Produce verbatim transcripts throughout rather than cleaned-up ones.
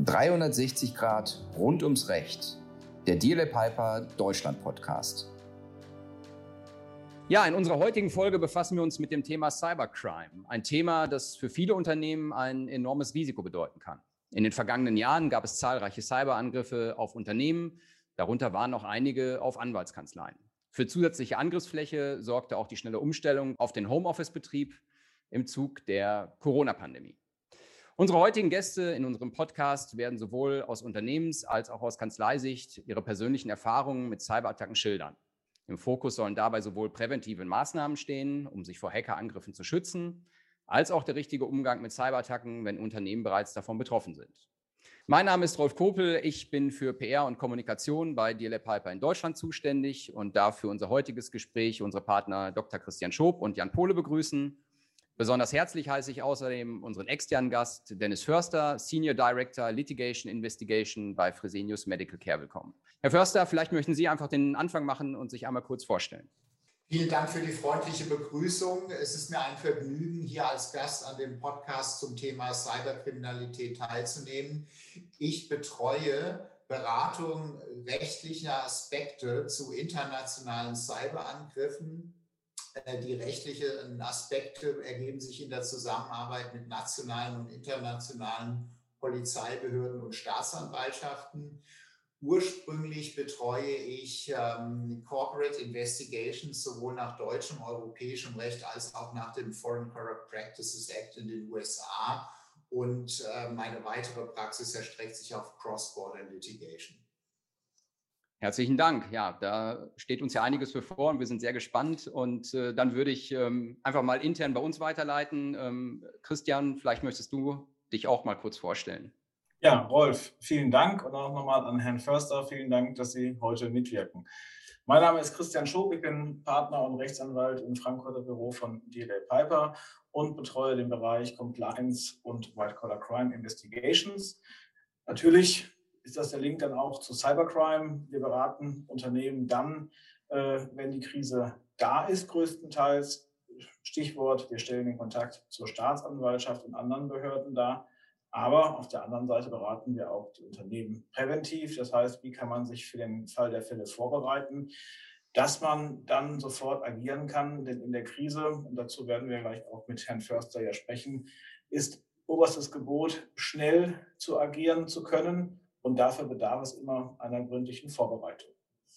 dreihundertsechzig Grad rund ums Recht. Der D L A Piper Deutschland Podcast. Ja, in unserer heutigen Folge befassen wir uns mit dem Thema Cybercrime. Ein Thema, das für viele Unternehmen ein enormes Risiko bedeuten kann. In den vergangenen Jahren gab es zahlreiche Cyberangriffe auf Unternehmen. Darunter waren auch einige auf Anwaltskanzleien. Für zusätzliche Angriffsfläche sorgte auch die schnelle Umstellung auf den Homeoffice-Betrieb im Zug der Corona-Pandemie. Unsere heutigen Gäste in unserem Podcast werden sowohl aus Unternehmens- als auch aus Kanzleisicht ihre persönlichen Erfahrungen mit Cyberattacken schildern. Im Fokus sollen dabei sowohl präventive Maßnahmen stehen, um sich vor Hackerangriffen zu schützen, als auch der richtige Umgang mit Cyberattacken, wenn Unternehmen bereits davon betroffen sind. Mein Name ist Rolf Kopel, ich bin für P R und Kommunikation bei D L A Piper in Deutschland zuständig und darf für unser heutiges Gespräch unsere Partner Doktor Christian Schoop und Jan Pohle begrüßen. Besonders herzlich heiße ich außerdem unseren externen Gast Dennis Förster, Senior Director Litigation Investigation bei Fresenius Medical Care, willkommen. Herr Förster, vielleicht möchten Sie einfach den Anfang machen und sich einmal kurz vorstellen. Vielen Dank für die freundliche Begrüßung. Es ist mir ein Vergnügen, hier als Gast an dem Podcast zum Thema Cyberkriminalität teilzunehmen. Ich betreue Beratung rechtlicher Aspekte zu internationalen Cyberangriffen. Die rechtlichen Aspekte ergeben sich in der Zusammenarbeit mit nationalen und internationalen Polizeibehörden und Staatsanwaltschaften. Ursprünglich betreue ich ähm, Corporate Investigations sowohl nach deutschem, europäischem Recht als auch nach dem Foreign Corrupt Practices Act in den U S A. Und äh, meine weitere Praxis erstreckt sich auf Cross-Border Litigation. Herzlichen Dank. Ja, da steht uns ja einiges bevor und wir sind sehr gespannt. Und äh, dann würde ich ähm, einfach mal intern bei uns weiterleiten. Ähm, Christian, vielleicht möchtest du dich auch mal kurz vorstellen. Ja, Rolf, vielen Dank und auch nochmal an Herrn Förster. Vielen Dank, dass Sie heute mitwirken. Mein Name ist Christian Schoop, ich bin Partner und Rechtsanwalt im Frankfurter Büro von D L A Piper und betreue den Bereich Compliance und White Collar Crime Investigations. Natürlich ist das der Link dann auch zu Cybercrime. Wir beraten Unternehmen dann, äh, wenn die Krise da ist, größtenteils. Stichwort, wir stellen den Kontakt zur Staatsanwaltschaft und anderen Behörden dar. Aber auf der anderen Seite beraten wir auch die Unternehmen präventiv. Das heißt, wie kann man sich für den Fall der Fälle vorbereiten, dass man dann sofort agieren kann. Denn in der Krise, und dazu werden wir gleich auch mit Herrn Förster ja sprechen, ist oberstes Gebot, schnell zu agieren zu können. Und dafür bedarf es immer einer gründlichen Vorbereitung.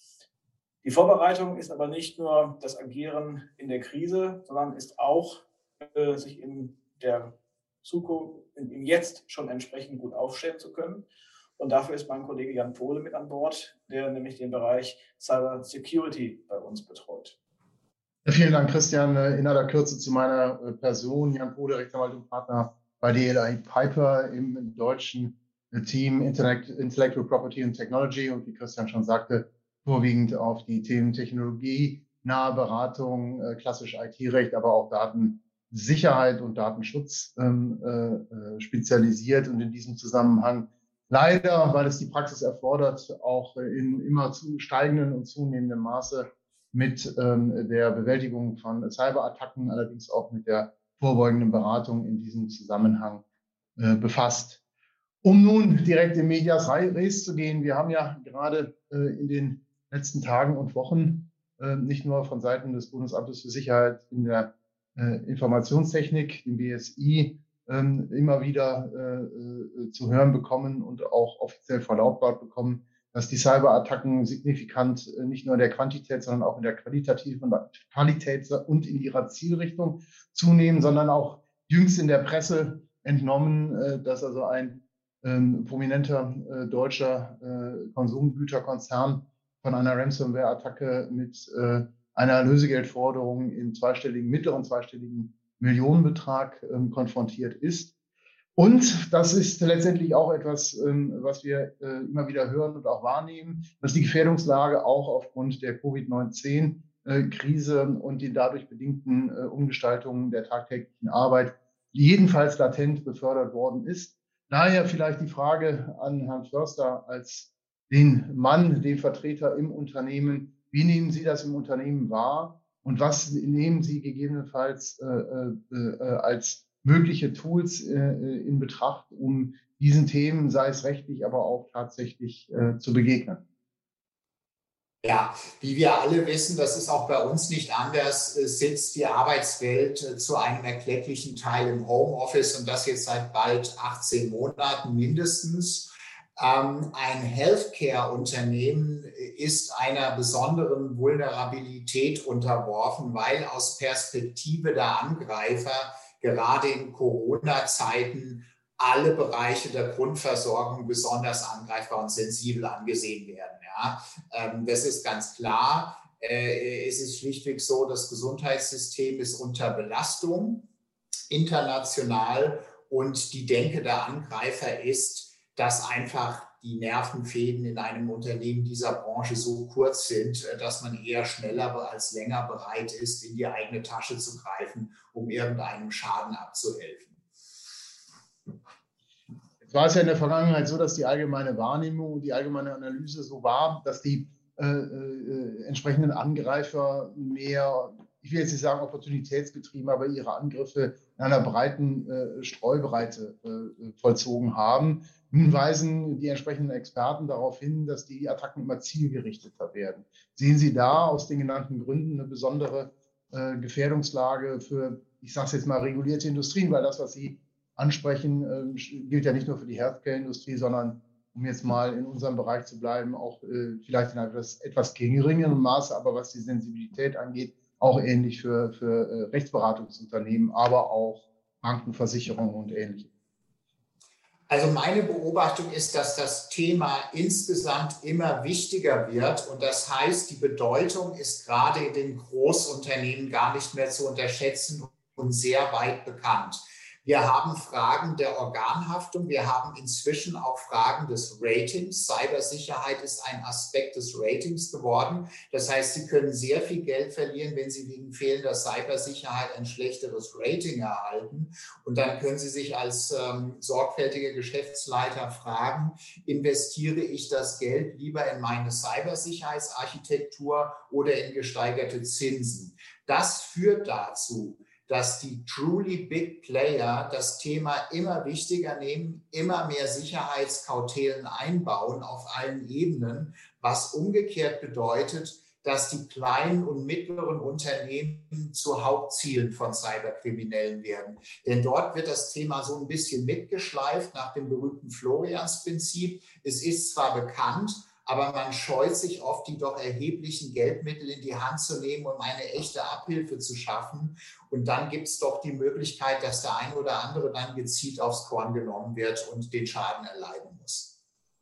Die Vorbereitung ist aber nicht nur das Agieren in der Krise, sondern ist auch, äh, sich in der Zukunft, im Jetzt schon entsprechend gut aufstellen zu können. Und dafür ist mein Kollege Jan Pohle mit an Bord, der nämlich den Bereich Cyber Security bei uns betreut. Vielen Dank, Christian. In aller Kürze zu meiner Person. Jan Pohle, Rechtsanwalt und Partner bei D L A Piper im deutschen Team Intellect, Intellectual Property and Technology und wie Christian schon sagte, vorwiegend auf die Themen Technologie, nahe Beratung, klassisch I T-Recht, aber auch Datensicherheit und Datenschutz ähm, äh, spezialisiert und in diesem Zusammenhang leider, weil es die Praxis erfordert, auch in immer zu steigenden und zunehmendem Maße mit ähm, der Bewältigung von Cyberattacken, allerdings auch mit der vorbeugenden Beratung in diesem Zusammenhang äh, befasst. Um nun direkt in Medias Res zu gehen, wir haben ja gerade äh, in den letzten Tagen und Wochen äh, nicht nur von Seiten des Bundesamtes für Sicherheit in der äh, Informationstechnik, dem B S I, äh, immer wieder äh, zu hören bekommen und auch offiziell verlautbart bekommen, dass die Cyberattacken signifikant äh, nicht nur in der Quantität, sondern auch in der qualitativen Qualität und in ihrer Zielrichtung zunehmen, sondern auch jüngst in der Presse entnommen, äh, dass also ein Ähm, prominenter äh, deutscher äh, Konsumgüterkonzern von einer Ransomware-Attacke mit äh, einer Lösegeldforderung im zweistelligen, mittleren zweistelligen Millionenbetrag ähm, konfrontiert ist. Und das ist letztendlich auch etwas, ähm, was wir äh, immer wieder hören und auch wahrnehmen, dass die Gefährdungslage auch aufgrund der Covid neunzehn Krise und den dadurch bedingten äh, Umgestaltungen der tagtäglichen Arbeit jedenfalls latent befördert worden ist. Daher vielleicht die Frage an Herrn Förster als den Mann, den Vertreter im Unternehmen. Wie nehmen Sie das im Unternehmen wahr und was nehmen Sie gegebenenfalls äh, äh, als mögliche Tools äh, in Betracht, um diesen Themen, sei es rechtlich, aber auch tatsächlich äh, zu begegnen. Ja, wie wir alle wissen, das ist auch bei uns nicht anders, sitzt die Arbeitswelt zu einem erklecklichen Teil im Homeoffice und das jetzt seit bald achtzehn Monaten mindestens. Ähm, ein Healthcare-Unternehmen ist einer besonderen Vulnerabilität unterworfen, weil aus Perspektive der Angreifer gerade in Corona-Zeiten alle Bereiche der Grundversorgung besonders angreifbar und sensibel angesehen werden. Ja, ähm, das ist ganz klar. Äh, es ist schlichtweg so, das Gesundheitssystem ist unter Belastung international und die Denke der Angreifer ist, dass einfach die Nervenfäden in einem Unternehmen dieser Branche so kurz sind, dass man eher schneller als länger bereit ist, in die eigene Tasche zu greifen, um irgendeinem Schaden abzuhelfen. Jetzt war es ja in der Vergangenheit so, dass die allgemeine Wahrnehmung und die allgemeine Analyse so war, dass die äh, äh, entsprechenden Angreifer mehr, ich will jetzt nicht sagen opportunitätsgetrieben, aber ihre Angriffe in einer breiten äh, Streubreite äh, vollzogen haben. Nun weisen die entsprechenden Experten darauf hin, dass die Attacken immer zielgerichteter werden. Sehen Sie da aus den genannten Gründen eine besondere äh, Gefährdungslage für, ich sage es jetzt mal, regulierte Industrien, weil das, was Sie ansprechen, äh, gilt ja nicht nur für die Healthcare-Industrie, sondern, um jetzt mal in unserem Bereich zu bleiben, auch äh, vielleicht in einem etwas, etwas geringeren Maße, aber was die Sensibilität angeht, auch ähnlich für, für äh, Rechtsberatungsunternehmen, aber auch Banken, Versicherungen und Ähnliches. Also meine Beobachtung ist, dass das Thema insgesamt immer wichtiger wird und das heißt, die Bedeutung ist gerade in den Großunternehmen gar nicht mehr zu unterschätzen und sehr weit bekannt. Wir haben Fragen der Organhaftung, wir haben inzwischen auch Fragen des Ratings. Cybersicherheit ist ein Aspekt des Ratings geworden. Das heißt, Sie können sehr viel Geld verlieren, wenn Sie wegen fehlender Cybersicherheit ein schlechteres Rating erhalten. Und dann können Sie sich als ähm, sorgfältiger Geschäftsleiter fragen, investiere ich das Geld lieber in meine Cybersicherheitsarchitektur oder in gesteigerte Zinsen? Das führt dazu, dass die truly big Player das Thema immer wichtiger nehmen, immer mehr Sicherheitskautelen einbauen auf allen Ebenen, was umgekehrt bedeutet, dass die kleinen und mittleren Unternehmen zu Hauptzielen von Cyberkriminellen werden. Denn dort wird das Thema so ein bisschen mitgeschleift nach dem berühmten Florians-Prinzip. Es ist zwar bekannt, aber man scheut sich oft, die doch erheblichen Geldmittel in die Hand zu nehmen, um eine echte Abhilfe zu schaffen. Und dann gibt es doch die Möglichkeit, dass der eine oder andere dann gezielt aufs Korn genommen wird und den Schaden erleiden muss.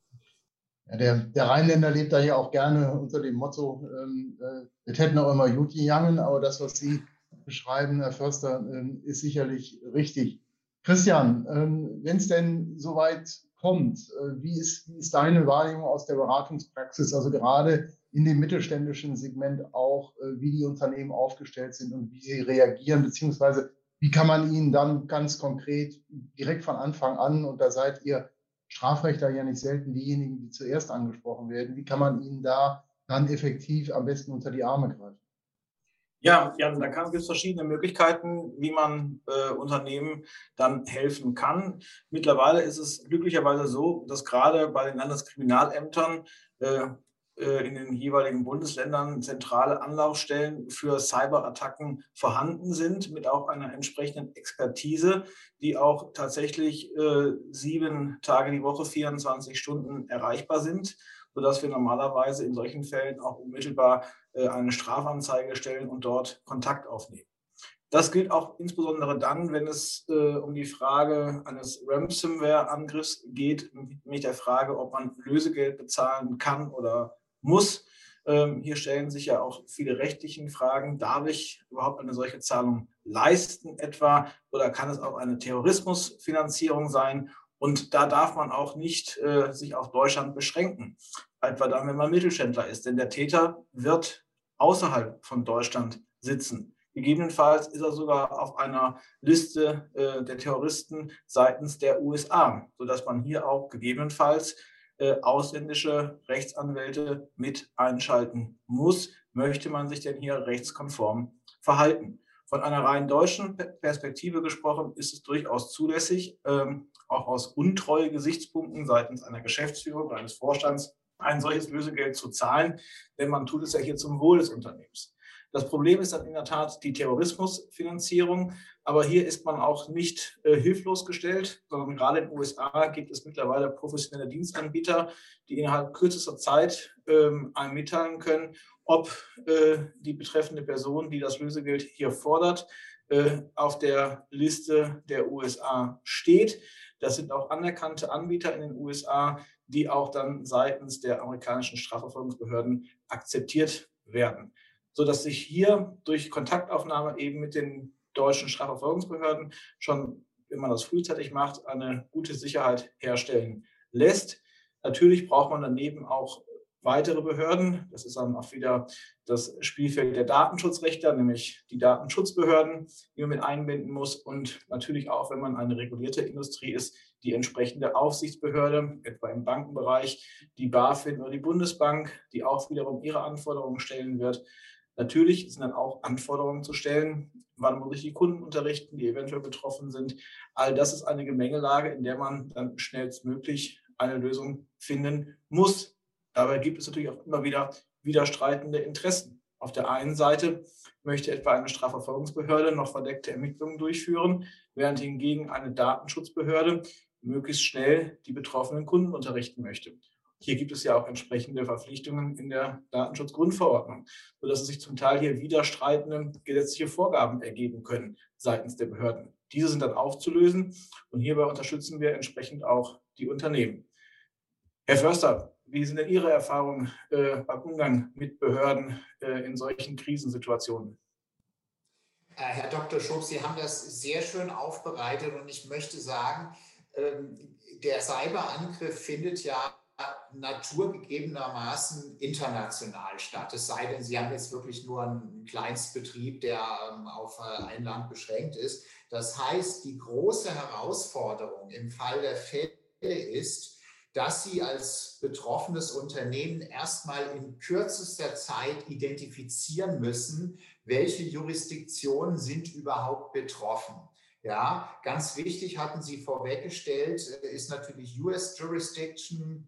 Ja, der, der Rheinländer lebt da ja auch gerne unter dem Motto, ähm, äh, wir hätten auch immer gut gegangen, aber das, was Sie beschreiben, Herr Förster, ähm, ist sicherlich richtig. Christian, ähm, wenn es denn soweit kommt, äh, wie ist, wie ist deine Wahrnehmung aus der Beratungspraxis, also gerade in dem mittelständischen Segment auch, äh, wie die Unternehmen aufgestellt sind und wie sie reagieren, beziehungsweise wie kann man ihnen dann ganz konkret direkt von Anfang an, und da seid ihr Strafrechtler ja nicht selten diejenigen, die zuerst angesprochen werden, wie kann man ihnen da dann effektiv am besten unter die Arme greifen? Ja, Jan, da gibt es verschiedene Möglichkeiten, wie man äh, Unternehmen dann helfen kann. Mittlerweile ist es glücklicherweise so, dass gerade bei den Landeskriminalämtern äh, äh, in den jeweiligen Bundesländern zentrale Anlaufstellen für Cyberattacken vorhanden sind, mit auch einer entsprechenden Expertise, die auch tatsächlich äh, sieben Tage die Woche, vierundzwanzig Stunden erreichbar sind, sodass wir normalerweise in solchen Fällen auch unmittelbar äh, eine Strafanzeige stellen und dort Kontakt aufnehmen. Das gilt auch insbesondere dann, wenn es äh, um die Frage eines Ransomware-Angriffs geht, mit der Frage, ob man Lösegeld bezahlen kann oder muss. Ähm, hier stellen sich ja auch viele rechtliche Fragen. Darf ich überhaupt eine solche Zahlung leisten etwa? Oder kann es auch eine Terrorismusfinanzierung sein? Und da darf man auch nicht äh, sich auf Deutschland beschränken, etwa dann, wenn man Mittelständler ist. Denn der Täter wird außerhalb von Deutschland sitzen. Gegebenenfalls ist er sogar auf einer Liste äh, der Terroristen seitens der U S A, sodass man hier auch gegebenenfalls äh, ausländische Rechtsanwälte mit einschalten muss. Möchte man sich denn hier rechtskonform verhalten? Von einer rein deutschen Perspektive gesprochen ist es durchaus zulässig, ähm, auch aus Untreue-Gesichtspunkten seitens einer Geschäftsführung oder eines Vorstands ein solches Lösegeld zu zahlen, denn man tut es ja hier zum Wohl des Unternehmens. Das Problem ist dann in der Tat die Terrorismusfinanzierung, aber hier ist man auch nicht äh, hilflos gestellt, sondern gerade in den U S A gibt es mittlerweile professionelle Dienstanbieter, die innerhalb kürzester Zeit ähm, einem mitteilen können, ob äh, die betreffende Person, die das Lösegeld hier fordert, äh, auf der Liste der U S A steht. Das sind auch anerkannte Anbieter in den U S A, die auch dann seitens der amerikanischen Strafverfolgungsbehörden akzeptiert werden, sodass sich hier durch Kontaktaufnahme eben mit den deutschen Strafverfolgungsbehörden schon, wenn man das frühzeitig macht, eine gute Sicherheit herstellen lässt. Natürlich braucht man daneben auch weitere Behörden. Das ist dann auch wieder das Spielfeld der Datenschutzrechtler, nämlich die Datenschutzbehörden, die man mit einbinden muss. Und natürlich auch, wenn man eine regulierte Industrie ist, die entsprechende Aufsichtsbehörde, etwa im Bankenbereich, die BaFin oder die Bundesbank, die auch wiederum ihre Anforderungen stellen wird. Natürlich sind dann auch Anforderungen zu stellen, wann muss ich die Kunden unterrichten, die eventuell betroffen sind. All das ist eine Gemengelage, in der man dann schnellstmöglich eine Lösung finden muss. Dabei gibt es natürlich auch immer wieder widerstreitende Interessen. Auf der einen Seite möchte etwa eine Strafverfolgungsbehörde noch verdeckte Ermittlungen durchführen, während hingegen eine Datenschutzbehörde möglichst schnell die betroffenen Kunden unterrichten möchte. Hier gibt es ja auch entsprechende Verpflichtungen in der Datenschutzgrundverordnung, sodass es sich zum Teil hier widerstreitende gesetzliche Vorgaben ergeben können seitens der Behörden. Diese sind dann aufzulösen und hierbei unterstützen wir entsprechend auch die Unternehmen. Herr Förster, wie sind denn Ihre Erfahrungen äh, beim Umgang mit Behörden äh, in solchen Krisensituationen? Herr Doktor Schob, Sie haben das sehr schön aufbereitet und ich möchte sagen, der Cyberangriff findet ja naturgegebenermaßen international statt. Es sei denn, Sie haben jetzt wirklich nur einen Kleinstbetrieb, der auf ein Land beschränkt ist. Das heißt, die große Herausforderung im Fall der Fälle ist, dass Sie als betroffenes Unternehmen erstmal in kürzester Zeit identifizieren müssen, welche Jurisdiktionen sind überhaupt betroffen. Ja, ganz wichtig, hatten Sie vorweggestellt, ist natürlich U S Jurisdiction,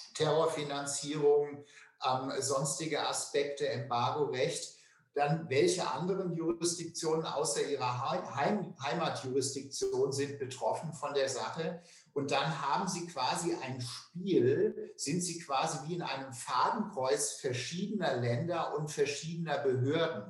Terrorfinanzierung, ähm, sonstige Aspekte, Embargorecht. Dann, welche anderen Jurisdiktionen außer Ihrer Heim Heimatjurisdiktion sind betroffen von der Sache? Und dann haben Sie quasi ein Spiel, sind Sie quasi wie in einem Fadenkreuz verschiedener Länder und verschiedener Behörden.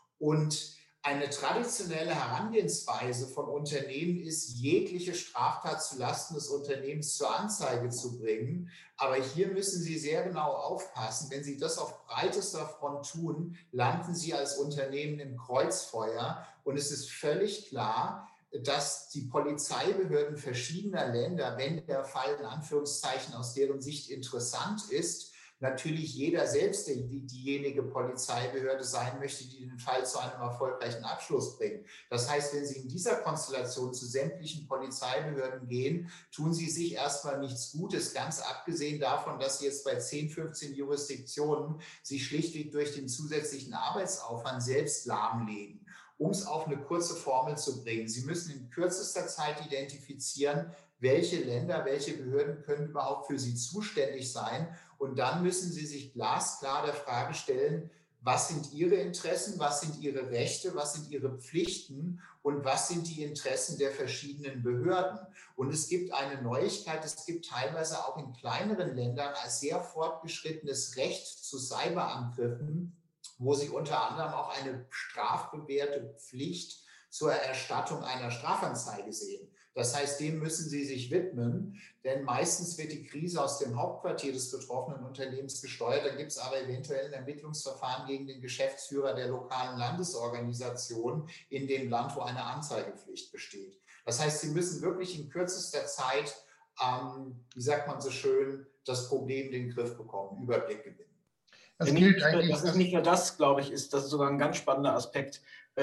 Und eine traditionelle Herangehensweise von Unternehmen ist, jegliche Straftat zulasten des Unternehmens zur Anzeige zu bringen. Aber hier müssen Sie sehr genau aufpassen. Wenn Sie das auf breitester Front tun, landen Sie als Unternehmen im Kreuzfeuer. Und es ist völlig klar, dass die Polizeibehörden verschiedener Länder, wenn der Fall in Anführungszeichen aus deren Sicht interessant ist, natürlich jeder selbst die, diejenige Polizeibehörde sein möchte, die den Fall zu einem erfolgreichen Abschluss bringt. Das heißt, wenn Sie in dieser Konstellation zu sämtlichen Polizeibehörden gehen, tun Sie sich erstmal nichts Gutes, ganz abgesehen davon, dass Sie jetzt bei zehn, fünfzehn Jurisdiktionen sich schlichtweg durch den zusätzlichen Arbeitsaufwand selbst lahmlegen. Um es auf eine kurze Formel zu bringen. Sie müssen in kürzester Zeit identifizieren, welche Länder, welche Behörden können überhaupt für Sie zuständig sein. Und dann müssen Sie sich glasklar der Frage stellen, was sind Ihre Interessen, was sind Ihre Rechte, was sind Ihre Pflichten und was sind die Interessen der verschiedenen Behörden. Und es gibt eine Neuigkeit, es gibt teilweise auch in kleineren Ländern ein sehr fortgeschrittenes Recht zu Cyberangriffen, wo Sie unter anderem auch eine strafbewährte Pflicht zur Erstattung einer Strafanzeige sehen. Das heißt, dem müssen Sie sich widmen, denn meistens wird die Krise aus dem Hauptquartier des betroffenen Unternehmens gesteuert. Dann gibt es aber eventuell ein Ermittlungsverfahren gegen den Geschäftsführer der lokalen Landesorganisation in dem Land, wo eine Anzeigepflicht besteht. Das heißt, Sie müssen wirklich in kürzester Zeit, ähm, wie sagt man so schön, das Problem in den Griff bekommen, Überblick gewinnen. Das, gilt eigentlich, das ist nicht nur das, glaube ich, ist, das ist sogar ein ganz spannender Aspekt.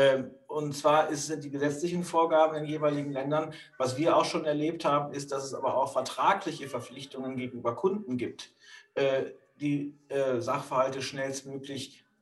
Und zwar sind die gesetzlichen Vorgaben in den jeweiligen Ländern. Was wir auch schon erlebt haben, ist, dass es aber auch vertragliche Verpflichtungen gegenüber Kunden gibt, die Sachverhalte schnellstmöglich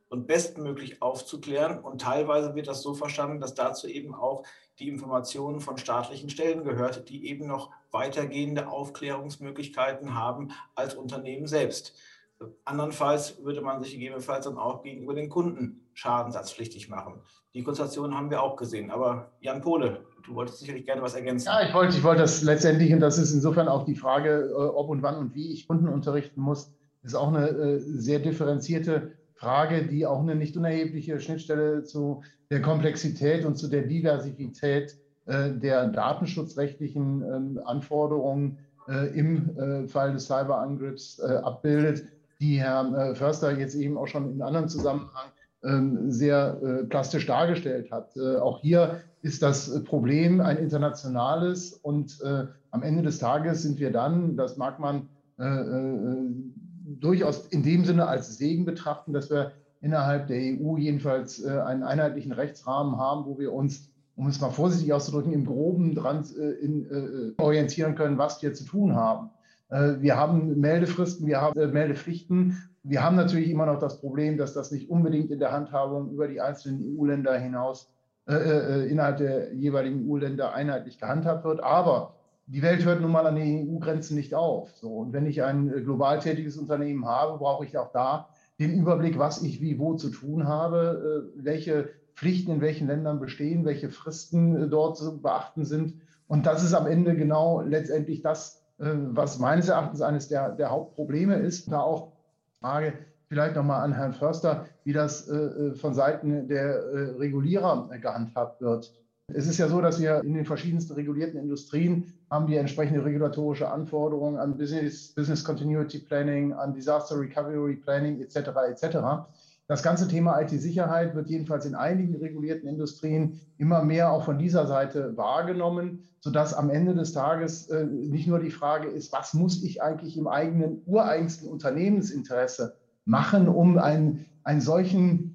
und bestmöglich aufzuklären. Und teilweise wird das so verstanden, dass dazu eben auch die Informationen von staatlichen Stellen gehört, die eben noch weitergehende Aufklärungsmöglichkeiten haben als Unternehmen selbst. Andernfalls würde man sich gegebenenfalls dann auch gegenüber den Kunden schadensersatzpflichtig machen. Die Konstellation haben wir auch gesehen. Aber Jan Pohle, du wolltest sicherlich gerne was ergänzen. Ja, ich wollte, ich wollte das letztendlich, und das ist insofern auch die Frage, ob und wann und wie ich Kunden unterrichten muss, ist auch eine äh, sehr differenzierte Frage, die auch eine nicht unerhebliche Schnittstelle zu der Komplexität und zu der Diversität äh, der datenschutzrechtlichen äh, Anforderungen äh, im äh, Fall des Cyberangriffs äh, abbildet, die Herr äh, Förster jetzt eben auch schon in anderen Zusammenhang äh, sehr äh, plastisch dargestellt hat. Äh, auch hier ist das Problem ein internationales und äh, am Ende des Tages sind wir dann, das mag man äh, äh, durchaus in dem Sinne als Segen betrachten, dass wir innerhalb der E U jedenfalls äh, einen einheitlichen Rechtsrahmen haben, wo wir uns, um es mal vorsichtig auszudrücken, im Groben dran äh, in, äh, orientieren können, was wir zu tun haben. Äh, wir haben Meldefristen, wir haben äh, Meldepflichten. Wir haben natürlich immer noch das Problem, dass das nicht unbedingt in der Handhabung über die einzelnen E U-Länder hinaus äh, äh, innerhalb der jeweiligen E U-Länder einheitlich gehandhabt wird. Aber die Welt hört nun mal an den E U-Grenzen nicht auf. So, und wenn ich ein äh, global tätiges Unternehmen habe, brauche ich auch da den Überblick, was ich wie wo zu tun habe, äh, welche Pflichten in welchen Ländern bestehen, welche Fristen äh, dort zu beachten sind. Und das ist am Ende genau letztendlich das, äh, was meines Erachtens eines der, der Hauptprobleme ist. Da auch Frage vielleicht nochmal an Herrn Förster, wie das äh, von Seiten der äh, Regulierer äh, gehandhabt wird. Es ist ja so, dass wir in den verschiedensten regulierten Industrien haben wir entsprechende regulatorische Anforderungen an Business, Business Continuity Planning, an Disaster Recovery Planning et cetera et cetera. Das ganze Thema I T-Sicherheit wird jedenfalls in einigen regulierten Industrien immer mehr auch von dieser Seite wahrgenommen, sodass am Ende des Tages äh, nicht nur die Frage ist, was muss ich eigentlich im eigenen ureigensten Unternehmensinteresse machen, um einen, einen solchen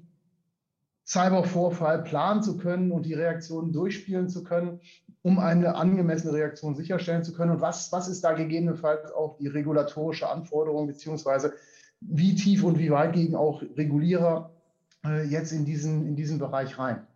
Cybervorfall planen zu können und die Reaktionen durchspielen zu können, um eine angemessene Reaktion sicherstellen zu können. Und was, was ist da gegebenenfalls auch die regulatorische Anforderung, beziehungsweise wie tief und wie weit gehen auch Regulierer äh, jetzt in diesen, in diesen Bereich rein?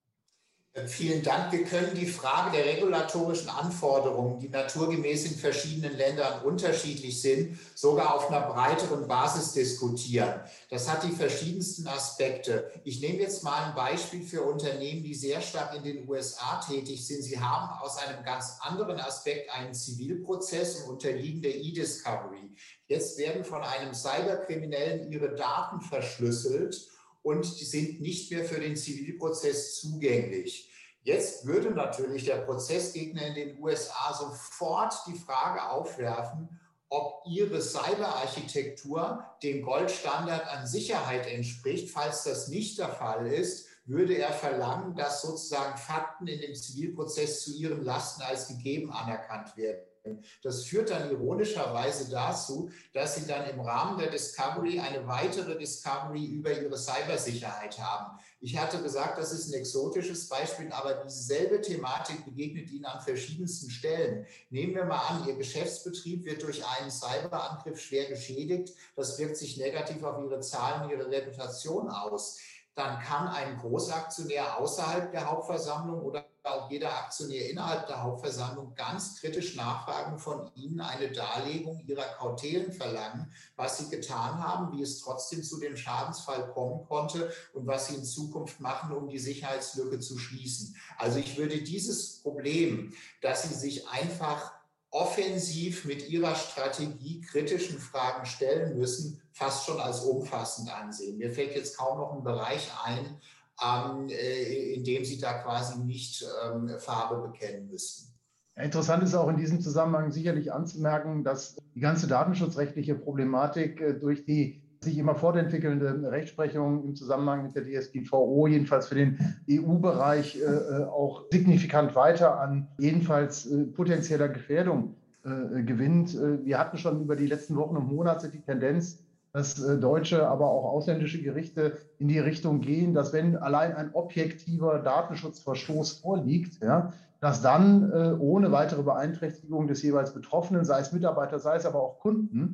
Vielen Dank. Wir können die Frage der regulatorischen Anforderungen, die naturgemäß in verschiedenen Ländern unterschiedlich sind, sogar auf einer breiteren Basis diskutieren. Das hat die verschiedensten Aspekte. Ich nehme jetzt mal ein Beispiel für Unternehmen, die sehr stark in den U S A tätig sind. Sie haben aus einem ganz anderen Aspekt einen Zivilprozess und unterliegen der E-Discovery. Jetzt werden von einem Cyberkriminellen ihre Daten verschlüsselt und die sind nicht mehr für den Zivilprozess zugänglich. Jetzt würde natürlich der Prozessgegner in den U S A sofort die Frage aufwerfen, ob ihre Cyberarchitektur dem Goldstandard an Sicherheit entspricht. Falls das nicht der Fall ist, würde er verlangen, dass sozusagen Fakten in dem Zivilprozess zu ihren Lasten als gegeben anerkannt werden. Das führt dann ironischerweise dazu, dass sie dann im Rahmen der Discovery eine weitere Discovery über ihre Cybersicherheit haben. Ich hatte gesagt, das ist ein exotisches Beispiel, aber dieselbe Thematik begegnet Ihnen an verschiedensten Stellen. Nehmen wir mal an, Ihr Geschäftsbetrieb wird durch einen Cyberangriff schwer geschädigt. Das wirkt sich negativ auf Ihre Zahlen, Ihre Reputation aus. Dann kann ein Großaktionär außerhalb der Hauptversammlung oder auch jeder Aktionär innerhalb der Hauptversammlung ganz kritisch nachfragen, von Ihnen eine Darlegung Ihrer Kautelen verlangen, was Sie getan haben, wie es trotzdem zu dem Schadensfall kommen konnte und was Sie in Zukunft machen, um die Sicherheitslücke zu schließen. Also ich würde dieses Problem, dass Sie sich einfach offensiv mit ihrer Strategie kritischen Fragen stellen müssen, fast schon als umfassend ansehen. Mir fällt jetzt kaum noch ein Bereich ein, ähm, in dem Sie da quasi nicht ähm, Farbe bekennen müssten. Ja, interessant ist auch in diesem Zusammenhang sicherlich anzumerken, dass die ganze datenschutzrechtliche Problematik äh, durch die sich immer fortentwickelnde Rechtsprechung im Zusammenhang mit der D S G V O jedenfalls für den E U-Bereich äh, auch signifikant weiter an jedenfalls äh, potenzieller Gefährdung äh, gewinnt. Äh, wir hatten schon über die letzten Wochen und Monate die Tendenz, dass äh, deutsche, aber auch ausländische Gerichte in die Richtung gehen, dass wenn allein ein objektiver Datenschutzverstoß vorliegt, ja, dass dann äh, ohne weitere Beeinträchtigung des jeweils Betroffenen, sei es Mitarbeiter, sei es aber auch Kunden,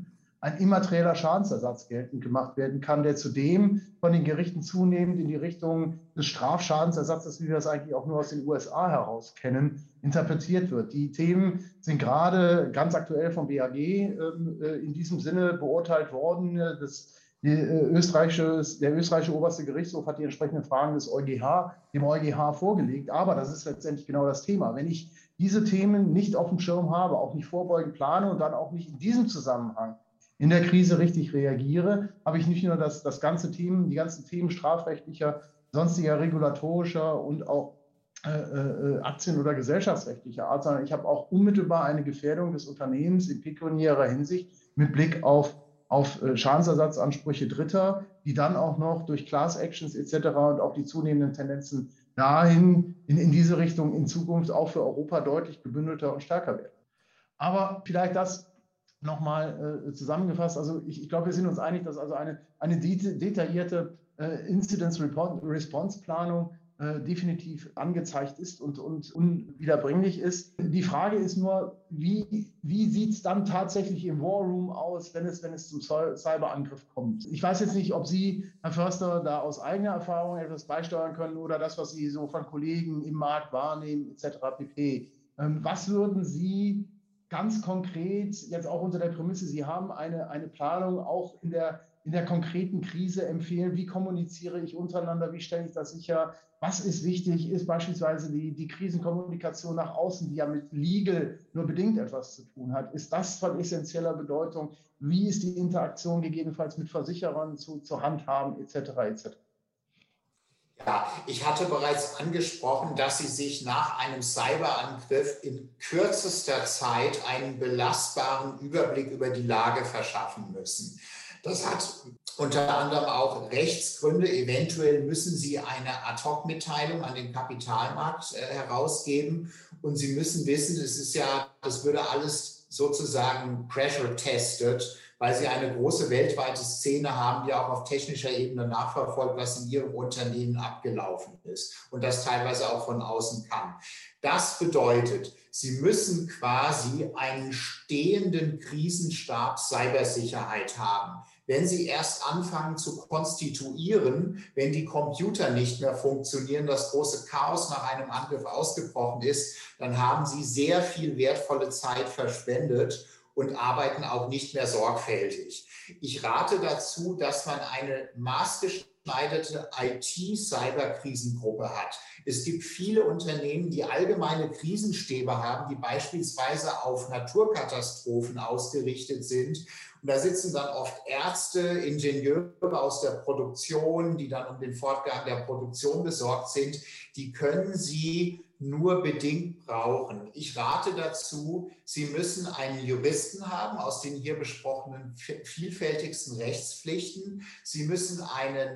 ein immaterieller Schadensersatz geltend gemacht werden kann, der zudem von den Gerichten zunehmend in die Richtung des Strafschadensersatzes, wie wir das eigentlich auch nur aus den U S A heraus kennen, interpretiert wird. Die Themen sind gerade ganz aktuell vom B A G äh, in diesem Sinne beurteilt worden. Das, die, äh, österreichische, der österreichische oberste Gerichtshof hat die entsprechenden Fragen des EuGH, dem EuGH vorgelegt. Aber das ist letztendlich genau das Thema. Wenn ich diese Themen nicht auf dem Schirm habe, auch nicht vorbeugend plane und dann auch nicht in diesem Zusammenhang in der Krise richtig reagiere, habe ich nicht nur das, das ganze Team, die ganzen Themen strafrechtlicher, sonstiger regulatorischer und auch äh, äh, Aktien- oder gesellschaftsrechtlicher Art, sondern ich habe auch unmittelbar eine Gefährdung des Unternehmens in pekuniärer Hinsicht mit Blick auf, auf äh, Schadensersatzansprüche Dritter, die dann auch noch durch Class Actions et cetera und auch die zunehmenden Tendenzen dahin, in, in diese Richtung in Zukunft auch für Europa deutlich gebündelter und stärker werden. Aber vielleicht das nochmal äh, zusammengefasst. Also ich, ich glaube, wir sind uns einig, dass also eine, eine deta detaillierte äh, Incidence-Response-Planung äh, definitiv angezeigt ist und, und unwiederbringlich ist. Die Frage ist nur, wie, wie sieht es dann tatsächlich im War Room aus, wenn es, wenn es zum Cyberangriff kommt? Ich weiß jetzt nicht, ob Sie, Herr Förster, da aus eigener Erfahrung etwas beisteuern können oder das, was Sie so von Kollegen im Markt wahrnehmen, et cetera pp. Ähm, was würden Sie ganz konkret, jetzt auch unter der Prämisse, Sie haben eine, eine Planung auch in der, in der konkreten Krise empfehlen, wie kommuniziere ich untereinander, wie stelle ich das sicher, was ist wichtig, ist beispielsweise die, die Krisenkommunikation nach außen, die ja mit Legal nur bedingt etwas zu tun hat, ist das von essentieller Bedeutung, wie ist die Interaktion gegebenenfalls mit Versicherern zu, zu handhaben, et cetera et cetera. Ja, ich hatte bereits angesprochen, dass Sie sich nach einem Cyberangriff in kürzester Zeit einen belastbaren Überblick über die Lage verschaffen müssen. Das hat unter anderem auch Rechtsgründe. Eventuell müssen Sie eine Ad-Hoc-Mitteilung an den Kapitalmarkt äh, herausgeben und Sie müssen wissen, es ist ja, das würde alles sozusagen pressure-tested, weil Sie eine große weltweite Szene haben, die auch auf technischer Ebene nachverfolgt, was in Ihrem Unternehmen abgelaufen ist und das teilweise auch von außen kann. Das bedeutet, Sie müssen quasi einen stehenden Krisenstab Cybersicherheit haben. Wenn Sie erst anfangen zu konstituieren, wenn die Computer nicht mehr funktionieren, das große Chaos nach einem Angriff ausgebrochen ist, dann haben Sie sehr viel wertvolle Zeit verschwendet und arbeiten auch nicht mehr sorgfältig. Ich rate dazu, dass man eine maßgeschneiderte I T-Cyberkrisengruppe hat. Es gibt viele Unternehmen, die allgemeine Krisenstäbe haben, die beispielsweise auf Naturkatastrophen ausgerichtet sind. Und da sitzen dann oft Ärzte, Ingenieure aus der Produktion, die dann um den Fortgang der Produktion besorgt sind. Die können Sie nur bedingt brauchen. Ich rate dazu, Sie müssen einen Juristen haben aus den hier besprochenen vielfältigsten Rechtspflichten. Sie müssen einen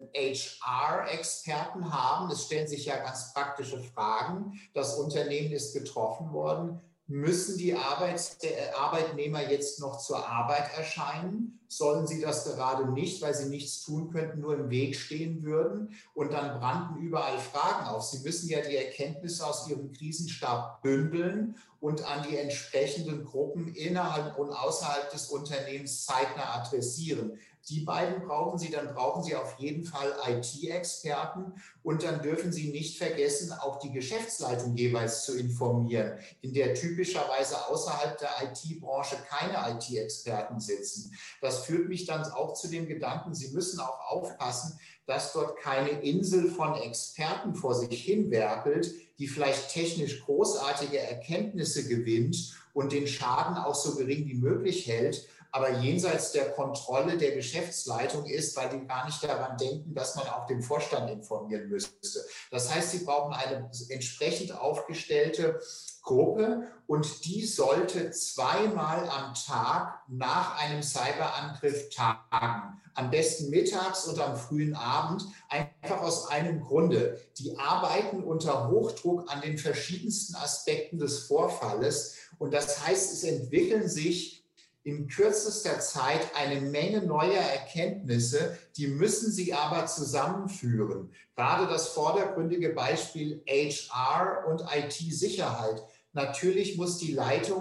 H R-Experten haben. Es stellen sich ja ganz praktische Fragen. Das Unternehmen ist getroffen worden. Müssen die Arbeits- der Arbeitnehmer jetzt noch zur Arbeit erscheinen? Sollen sie das gerade nicht, weil sie nichts tun könnten, nur im Weg stehen würden? Und dann brannten überall Fragen auf. Sie müssen ja die Erkenntnisse aus ihrem Krisenstab bündeln und an die entsprechenden Gruppen innerhalb und außerhalb des Unternehmens zeitnah adressieren. Die beiden brauchen Sie, dann brauchen Sie auf jeden Fall I T-Experten und dann dürfen Sie nicht vergessen, auch die Geschäftsleitung jeweils zu informieren, in der typischerweise außerhalb der I T-Branche keine I T-Experten sitzen. Das führt mich dann auch zu dem Gedanken, Sie müssen auch aufpassen, dass dort keine Insel von Experten vor sich hinwerkelt, die vielleicht technisch großartige Erkenntnisse gewinnt und den Schaden auch so gering wie möglich hält, aber jenseits der Kontrolle der Geschäftsleitung ist, weil die gar nicht daran denken, dass man auch den Vorstand informieren müsste. Das heißt, Sie brauchen eine entsprechend aufgestellte Gruppe und die sollte zweimal am Tag nach einem Cyberangriff tagen. Am besten mittags und am frühen Abend, einfach aus einem Grunde. Die arbeiten unter Hochdruck an den verschiedensten Aspekten des Vorfalles und das heißt, es entwickeln sich in kürzester Zeit eine Menge neuer Erkenntnisse, die müssen Sie aber zusammenführen. Gerade das vordergründige Beispiel H R und I T-Sicherheit. Natürlich muss die Leitung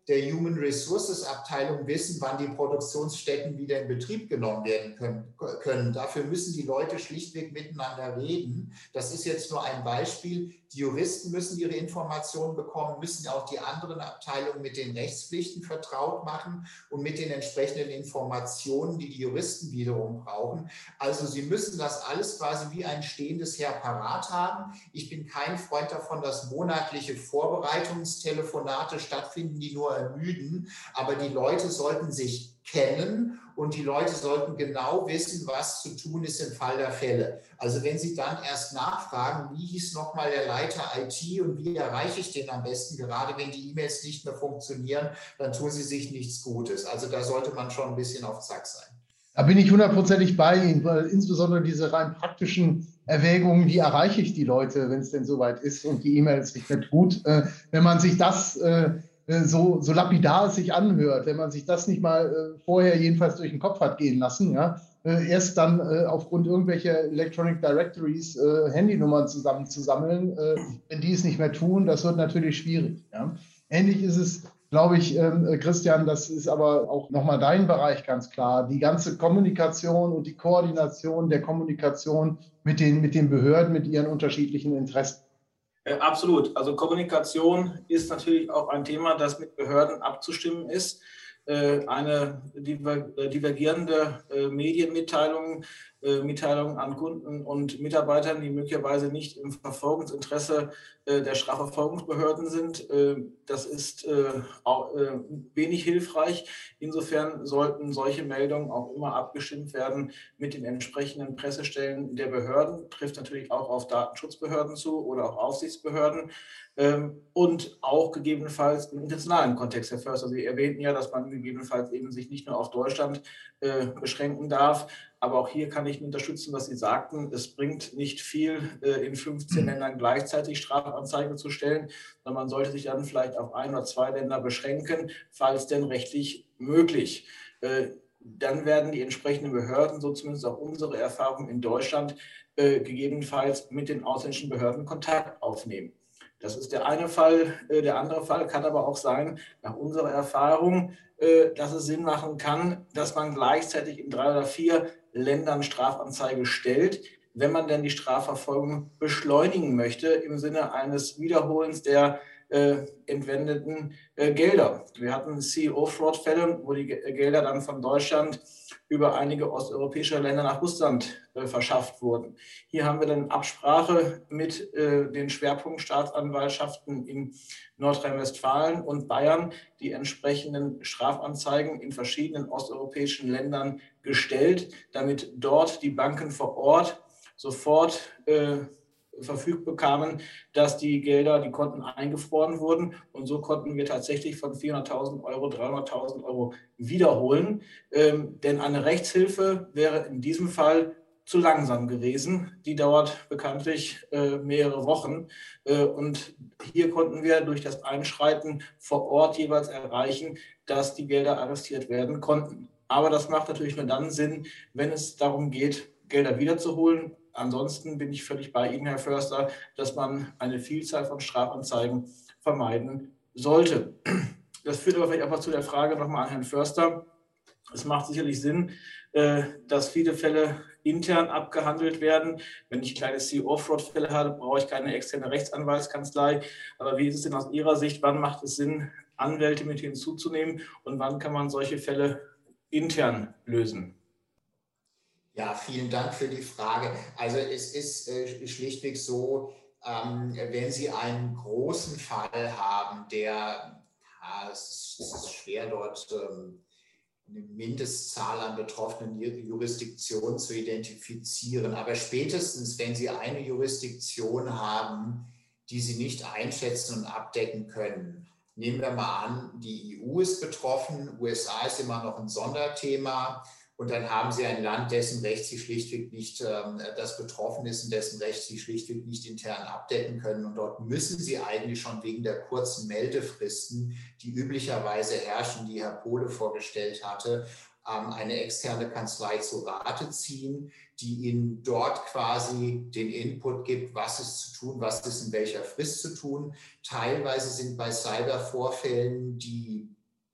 der Human Resources Abteilung wissen, wann die Produktionsstätten wieder in Betrieb genommen werden können, können. Dafür müssen die Leute schlichtweg miteinander reden. Das ist jetzt nur ein Beispiel. Die Juristen müssen ihre Informationen bekommen, müssen auch die anderen Abteilungen mit den Rechtspflichten vertraut machen und mit den entsprechenden Informationen, die die Juristen wiederum brauchen. Also sie müssen das alles quasi wie ein stehendes Heer parat haben. Ich bin kein Freund davon, dass monatliche Vorbereitungstelefonate stattfinden, die nur ermüden. Aber die Leute sollten sich kennen und die Leute sollten genau wissen, was zu tun ist im Fall der Fälle. Also wenn Sie dann erst nachfragen, wie hieß nochmal der Leiter I T und wie erreiche ich den am besten, gerade wenn die E-Mails nicht mehr funktionieren, dann tun Sie sich nichts Gutes. Also da sollte man schon ein bisschen auf Zack sein. Da bin ich hundertprozentig bei Ihnen, weil insbesondere diese rein praktischen Erwägungen, wie erreiche ich die Leute, wenn es denn soweit ist und die E-Mails nicht mehr tut, äh, wenn man sich das äh, so, so lapidar es sich anhört, wenn man sich das nicht mal äh, vorher jedenfalls durch den Kopf hat gehen lassen, ja, äh, erst dann äh, aufgrund irgendwelcher Electronic Directories äh, Handynummern zusammenzusammeln, äh, wenn die es nicht mehr tun, das wird natürlich schwierig. Ja. Ähnlich ist es, glaube ich, ähm, Christian, das ist aber auch nochmal dein Bereich ganz klar, die ganze Kommunikation und die Koordination der Kommunikation mit den, mit den Behörden, mit ihren unterschiedlichen Interessen. Äh, absolut. Also Kommunikation ist natürlich auch ein Thema, das mit Behörden abzustimmen ist. Äh, eine diver, divergierende äh, Medienmitteilung, äh, Mitteilungen an Kunden und Mitarbeitern, die möglicherweise nicht im Verfolgungsinteresse äh, der Strafverfolgungsbehörden sind. Äh, das ist äh, auch, äh, wenig hilfreich. Insofern sollten solche Meldungen auch immer abgestimmt werden mit den entsprechenden Pressestellen der Behörden. Trifft natürlich auch auf Datenschutzbehörden zu oder auch Aufsichtsbehörden. Ähm, und auch gegebenenfalls im internationalen Kontext, Herr Förster. Sie erwähnten ja, dass man gegebenenfalls eben sich nicht nur auf Deutschland äh, beschränken darf. Aber auch hier kann ich unterstützen, was Sie sagten. Es bringt nicht viel, äh, in fünfzehn Ländern gleichzeitig Strafanzeige zu stellen, sondern man sollte sich dann vielleicht auf ein oder zwei Länder beschränken, falls denn rechtlich möglich. Äh, dann werden die entsprechenden Behörden, so zumindest auch unsere Erfahrung in Deutschland, äh, gegebenenfalls mit den ausländischen Behörden Kontakt aufnehmen. Das ist der eine Fall. Der andere Fall kann aber auch sein, nach unserer Erfahrung, dass es Sinn machen kann, dass man gleichzeitig in drei oder vier Ländern Strafanzeige stellt, wenn man denn die Strafverfolgung beschleunigen möchte im Sinne eines Wiederholens der äh, entwendeten äh, Gelder. Wir hatten C E O-Fraud-Fälle, wo die Gelder dann von Deutschland über einige osteuropäische Länder nach Russland äh, verschafft wurden. Hier haben wir dann Absprache mit äh, den Schwerpunktstaatsanwaltschaften in Nordrhein-Westfalen und Bayern, die entsprechenden Strafanzeigen in verschiedenen osteuropäischen Ländern gestellt, damit dort die Banken vor Ort sofort äh, verfügt bekamen, dass die Gelder, die Konten eingefroren wurden. Und so konnten wir tatsächlich von vierhunderttausend Euro dreihunderttausend Euro wiederholen. Ähm, denn eine Rechtshilfe wäre in diesem Fall zu langsam gewesen. Die dauert bekanntlich äh, mehrere Wochen. Äh, und hier konnten wir durch das Einschreiten vor Ort jeweils erreichen, dass die Gelder arrestiert werden konnten. Aber das macht natürlich nur dann Sinn, wenn es darum geht, Gelder wiederzuholen. Ansonsten bin ich völlig bei Ihnen, Herr Förster, dass man eine Vielzahl von Strafanzeigen vermeiden sollte. Das führt aber vielleicht auch mal zu der Frage nochmal an Herrn Förster. Es macht sicherlich Sinn, dass viele Fälle intern abgehandelt werden. Wenn ich kleine C E O-Fraud-Fälle habe, brauche ich keine externe Rechtsanwaltskanzlei. Aber wie ist es denn aus Ihrer Sicht? Wann macht es Sinn, Anwälte mit hinzuzunehmen und wann kann man solche Fälle intern lösen? Ja, vielen Dank für die Frage. Also es ist äh, schlichtweg so, ähm, wenn Sie einen großen Fall haben, der, ja, es, ist, es ist schwer dort ähm, eine Mindestzahl an betroffenen Jurisdiktionen zu identifizieren, aber spätestens, wenn Sie eine Jurisdiktion haben, die Sie nicht einschätzen und abdecken können, nehmen wir mal an, die E U ist betroffen, U S A ist immer noch ein Sonderthema. Und dann haben Sie ein Land, dessen Recht Sie schlichtweg nicht, ähm, das betroffen ist und dessen Recht Sie schlichtweg nicht intern abdecken können. Und dort müssen Sie eigentlich schon wegen der kurzen Meldefristen, die üblicherweise herrschen, die Herr Pohle vorgestellt hatte, eine externe Kanzlei zu Rate ziehen, die ihnen dort quasi den Input gibt, was ist zu tun, was ist in welcher Frist zu tun. Teilweise sind bei Cybervorfällen die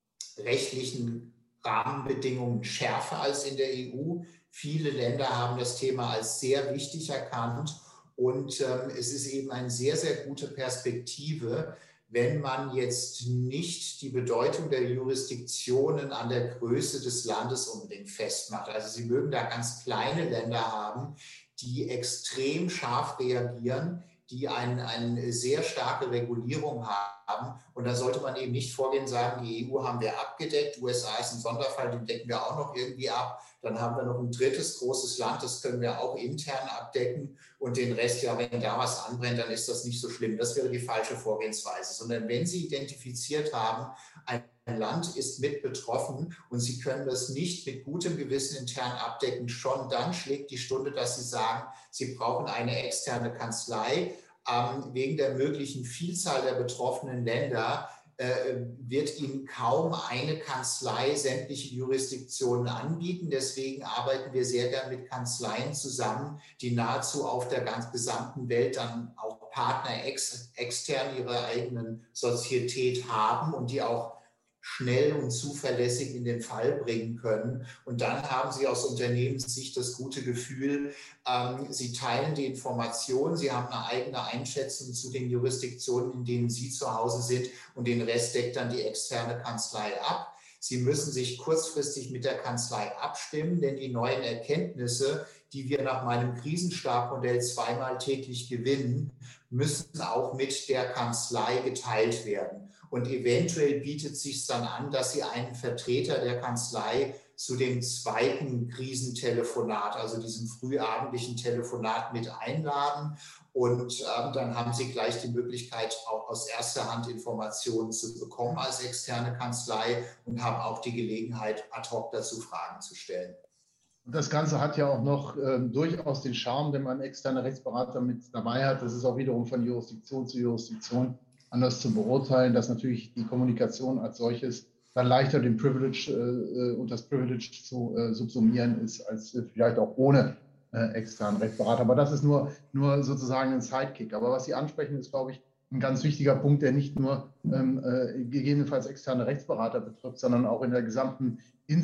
rechtlichen Rahmenbedingungen schärfer als in der E U. Viele Länder haben das Thema als sehr wichtig erkannt und ähm, es ist eben eine sehr, sehr gute Perspektive, wenn man jetzt nicht die Bedeutung der Jurisdiktionen an der Größe des Landes unbedingt festmacht. Also Sie mögen da ganz kleine Länder haben, die extrem scharf reagieren, die ein, eine sehr starke Regulierung haben. Und da sollte man eben nicht vorgehen und sagen, die E U haben wir abgedeckt, U S A ist ein Sonderfall, den decken wir auch noch irgendwie ab. Dann haben wir noch ein drittes großes Land, das können wir auch intern abdecken. Und den Rest, ja, wenn da was anbrennt, dann ist das nicht so schlimm. Das wäre die falsche Vorgehensweise. Sondern wenn Sie identifiziert haben, ein Land ist mit betroffen und Sie können das nicht mit gutem Gewissen intern abdecken, schon dann schlägt die Stunde, dass Sie sagen, Sie brauchen eine externe Kanzlei. Ähm, wegen der möglichen Vielzahl der betroffenen Länder äh, wird Ihnen kaum eine Kanzlei sämtliche Jurisdiktionen anbieten. Deswegen arbeiten wir sehr gern mit Kanzleien zusammen, die nahezu auf der ganz gesamten Welt dann auch Partner ex, extern ihrer eigenen Sozietät haben und die auch schnell und zuverlässig in den Fall bringen können. Und dann haben Sie aus Unternehmenssicht das gute Gefühl, ähm, Sie teilen die Informationen, Sie haben eine eigene Einschätzung zu den Jurisdiktionen, in denen Sie zu Hause sind und den Rest deckt dann die externe Kanzlei ab. Sie müssen sich kurzfristig mit der Kanzlei abstimmen, denn die neuen Erkenntnisse, die wir nach meinem Krisenstabmodell zweimal täglich gewinnen, müssen auch mit der Kanzlei geteilt werden. Und eventuell bietet es sich dann an, dass Sie einen Vertreter der Kanzlei zu dem zweiten Krisentelefonat, also diesem frühabendlichen Telefonat mit einladen. Und ähm, dann haben Sie gleich die Möglichkeit, auch aus erster Hand Informationen zu bekommen als externe Kanzlei und haben auch die Gelegenheit, ad hoc dazu Fragen zu stellen. Und das Ganze hat ja auch noch ähm, durchaus den Charme, wenn man externe Rechtsberater mit dabei hat. Das ist auch wiederum von Jurisdiktion zu Jurisdiktion anders zu beurteilen, dass natürlich die Kommunikation als solches dann leichter den Privilege äh, und das Privilege zu äh, subsumieren ist, als äh, vielleicht auch ohne äh, externen Rechtsberater. Aber das ist nur, nur sozusagen ein Sidekick. Aber was Sie ansprechen, ist, glaube ich, ein ganz wichtiger Punkt, der nicht nur ähm, äh, gegebenenfalls externe Rechtsberater betrifft, sondern auch in der gesamten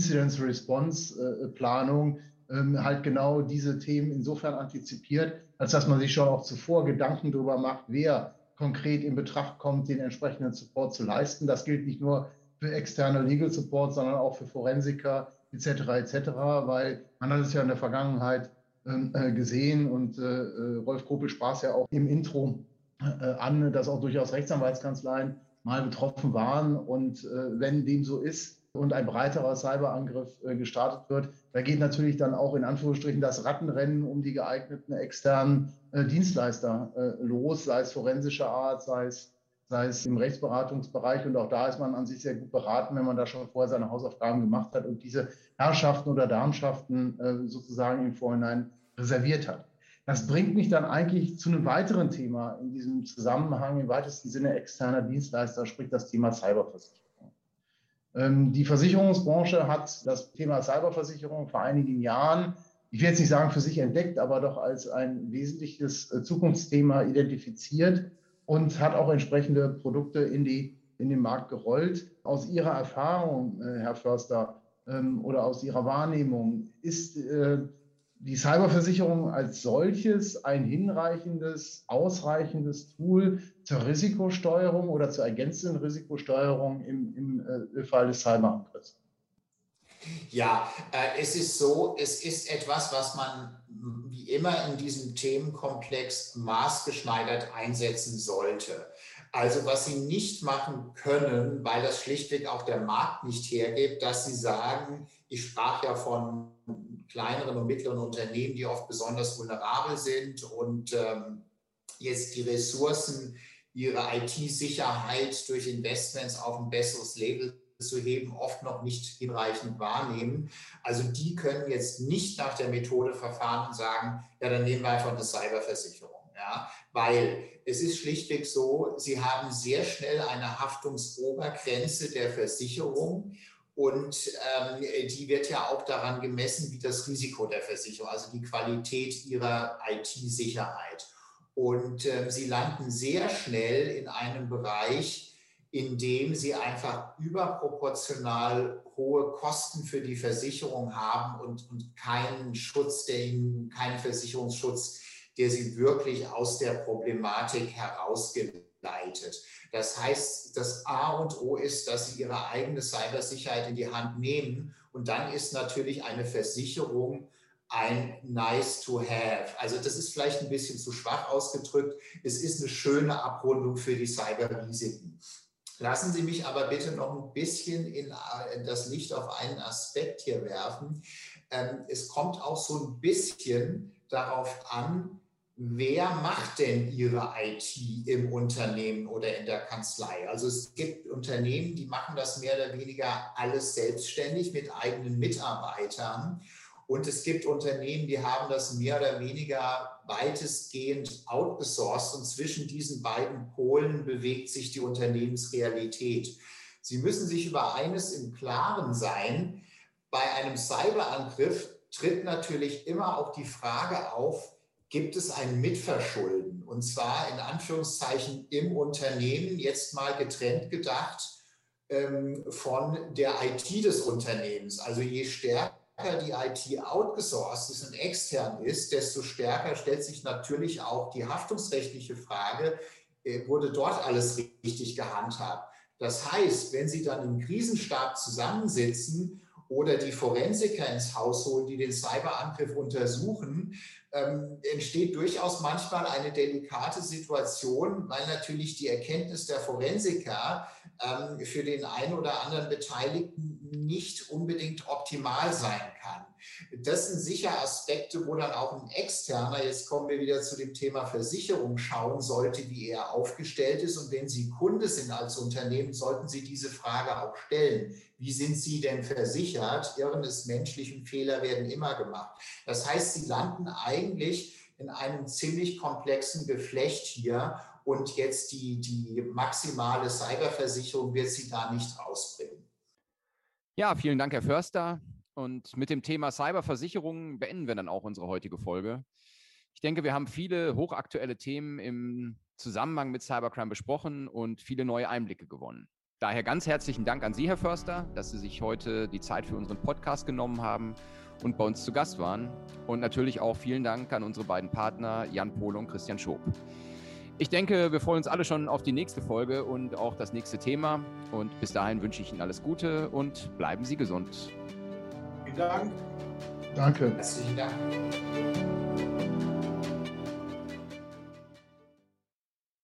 Incidence-Response-Planung ähm, halt genau diese Themen insofern antizipiert, als dass man sich schon auch zuvor Gedanken darüber macht, wer konkret in Betracht kommt, den entsprechenden Support zu leisten. Das gilt nicht nur für externe Legal Support, sondern auch für Forensiker et cetera et cetera, weil man hat es ja in der Vergangenheit äh, gesehen und äh, Rolf Kropel sprach es ja auch im Intro äh, an, dass auch durchaus Rechtsanwaltskanzleien mal betroffen waren. Und äh, wenn dem so ist und ein breiterer Cyberangriff äh, gestartet wird, da geht natürlich dann auch in Anführungsstrichen das Rattenrennen um die geeigneten externen äh, Dienstleister äh, los, sei es forensischer Art, sei es, sei es im Rechtsberatungsbereich. Und auch da ist man an sich sehr gut beraten, wenn man da schon vorher seine Hausaufgaben gemacht hat und diese Herrschaften oder Darmschaften äh, sozusagen im Vorhinein reserviert hat. Das bringt mich dann eigentlich zu einem weiteren Thema in diesem Zusammenhang, im weitesten Sinne externer Dienstleister, sprich das Thema Cyberversicherung. Ähm, die Versicherungsbranche hat das Thema Cyberversicherung vor einigen Jahren, ich will jetzt nicht sagen für sich entdeckt, aber doch als ein wesentliches äh, Zukunftsthema identifiziert und hat auch entsprechende Produkte in, die, in den Markt gerollt. Aus Ihrer Erfahrung, äh, Herr Förster, ähm, oder aus Ihrer Wahrnehmung, ist äh, die Cyberversicherung als solches ein hinreichendes, ausreichendes Tool zur Risikosteuerung oder zur ergänzenden Risikosteuerung im, im äh, Fall des Cyberangriffs? Ja, äh, es ist so, es ist etwas, was man wie immer in diesem Themenkomplex maßgeschneidert einsetzen sollte. Also was Sie nicht machen können, weil das schlichtweg auch der Markt nicht hergibt, dass Sie sagen, ich sprach ja von kleineren und mittleren Unternehmen, die oft besonders vulnerabel sind und ähm, jetzt die Ressourcen, ihre I T-Sicherheit durch Investments auf ein besseres Label zu heben, oft noch nicht hinreichend wahrnehmen. Also die können jetzt nicht nach der Methode verfahren und sagen, ja, dann nehmen wir einfach eine Cyberversicherung. Ja, weil es ist schlichtweg so, sie haben sehr schnell eine Haftungsobergrenze der Versicherung Und ähm, die wird ja auch daran gemessen, wie das Risiko der Versicherung, also die Qualität ihrer I T-Sicherheit. Und äh, sie landen sehr schnell in einem Bereich, in dem sie einfach überproportional hohe Kosten für die Versicherung haben und, und keinen Schutz, der ihnen, keinen Versicherungsschutz, der sie wirklich aus der Problematik herausgeleitet. Das heißt, das A und O ist, dass sie ihre eigene Cybersicherheit in die Hand nehmen. Und dann ist natürlich eine Versicherung ein nice to have. Also das ist vielleicht ein bisschen zu schwach ausgedrückt. Es ist eine schöne Abrundung für die Cyberrisiken. Lassen Sie mich aber bitte noch ein bisschen in das Licht auf einen Aspekt hier werfen. Es kommt auch so ein bisschen darauf an, wer macht denn Ihre I T im Unternehmen oder in der Kanzlei? Also es gibt Unternehmen, die machen das mehr oder weniger alles selbstständig mit eigenen Mitarbeitern. Und es gibt Unternehmen, die haben das mehr oder weniger weitestgehend outgesourced. Und zwischen diesen beiden Polen bewegt sich die Unternehmensrealität. Sie müssen sich über eines im Klaren sein. Bei einem Cyberangriff tritt natürlich immer auch die Frage auf, gibt es ein Mitverschulden? Und zwar in Anführungszeichen im Unternehmen, jetzt mal getrennt gedacht, ähm, von der I T des Unternehmens. Also je stärker die I T outgesourced ist und extern ist, desto stärker stellt sich natürlich auch die haftungsrechtliche Frage, äh, wurde dort alles richtig gehandhabt? Das heißt, wenn Sie dann im Krisenstab zusammensitzen oder die Forensiker ins Haus holen, die den Cyberangriff untersuchen, ähm, entsteht durchaus manchmal eine delikate Situation, weil natürlich die Erkenntnis der Forensiker ähm, für den einen oder anderen Beteiligten nicht unbedingt optimal sein kann. Das sind sicher Aspekte, wo dann auch ein Externer, jetzt kommen wir wieder zu dem Thema Versicherung, schauen sollte, wie er aufgestellt ist. Und wenn Sie Kunde sind als Unternehmen, sollten Sie diese Frage auch stellen. Wie sind Sie denn versichert? Irren ist menschlich und Fehler werden immer gemacht. Das heißt, Sie landen eigentlich in einem ziemlich komplexen Geflecht hier und jetzt die, die maximale Cyberversicherung wird Sie da nicht rausbringen. Ja, vielen Dank, Herr Förster. Und mit dem Thema Cyberversicherung beenden wir dann auch unsere heutige Folge. Ich denke, wir haben viele hochaktuelle Themen im Zusammenhang mit Cybercrime besprochen und viele neue Einblicke gewonnen. Daher ganz herzlichen Dank an Sie, Herr Förster, dass Sie sich heute die Zeit für unseren Podcast genommen haben und bei uns zu Gast waren. Und natürlich auch vielen Dank an unsere beiden Partner, Jan Pohle und Christian Schoop. Ich denke, wir freuen uns alle schon auf die nächste Folge und auch das nächste Thema. Und bis dahin wünsche ich Ihnen alles Gute und bleiben Sie gesund. Vielen Dank. Danke. Herzlichen Dank.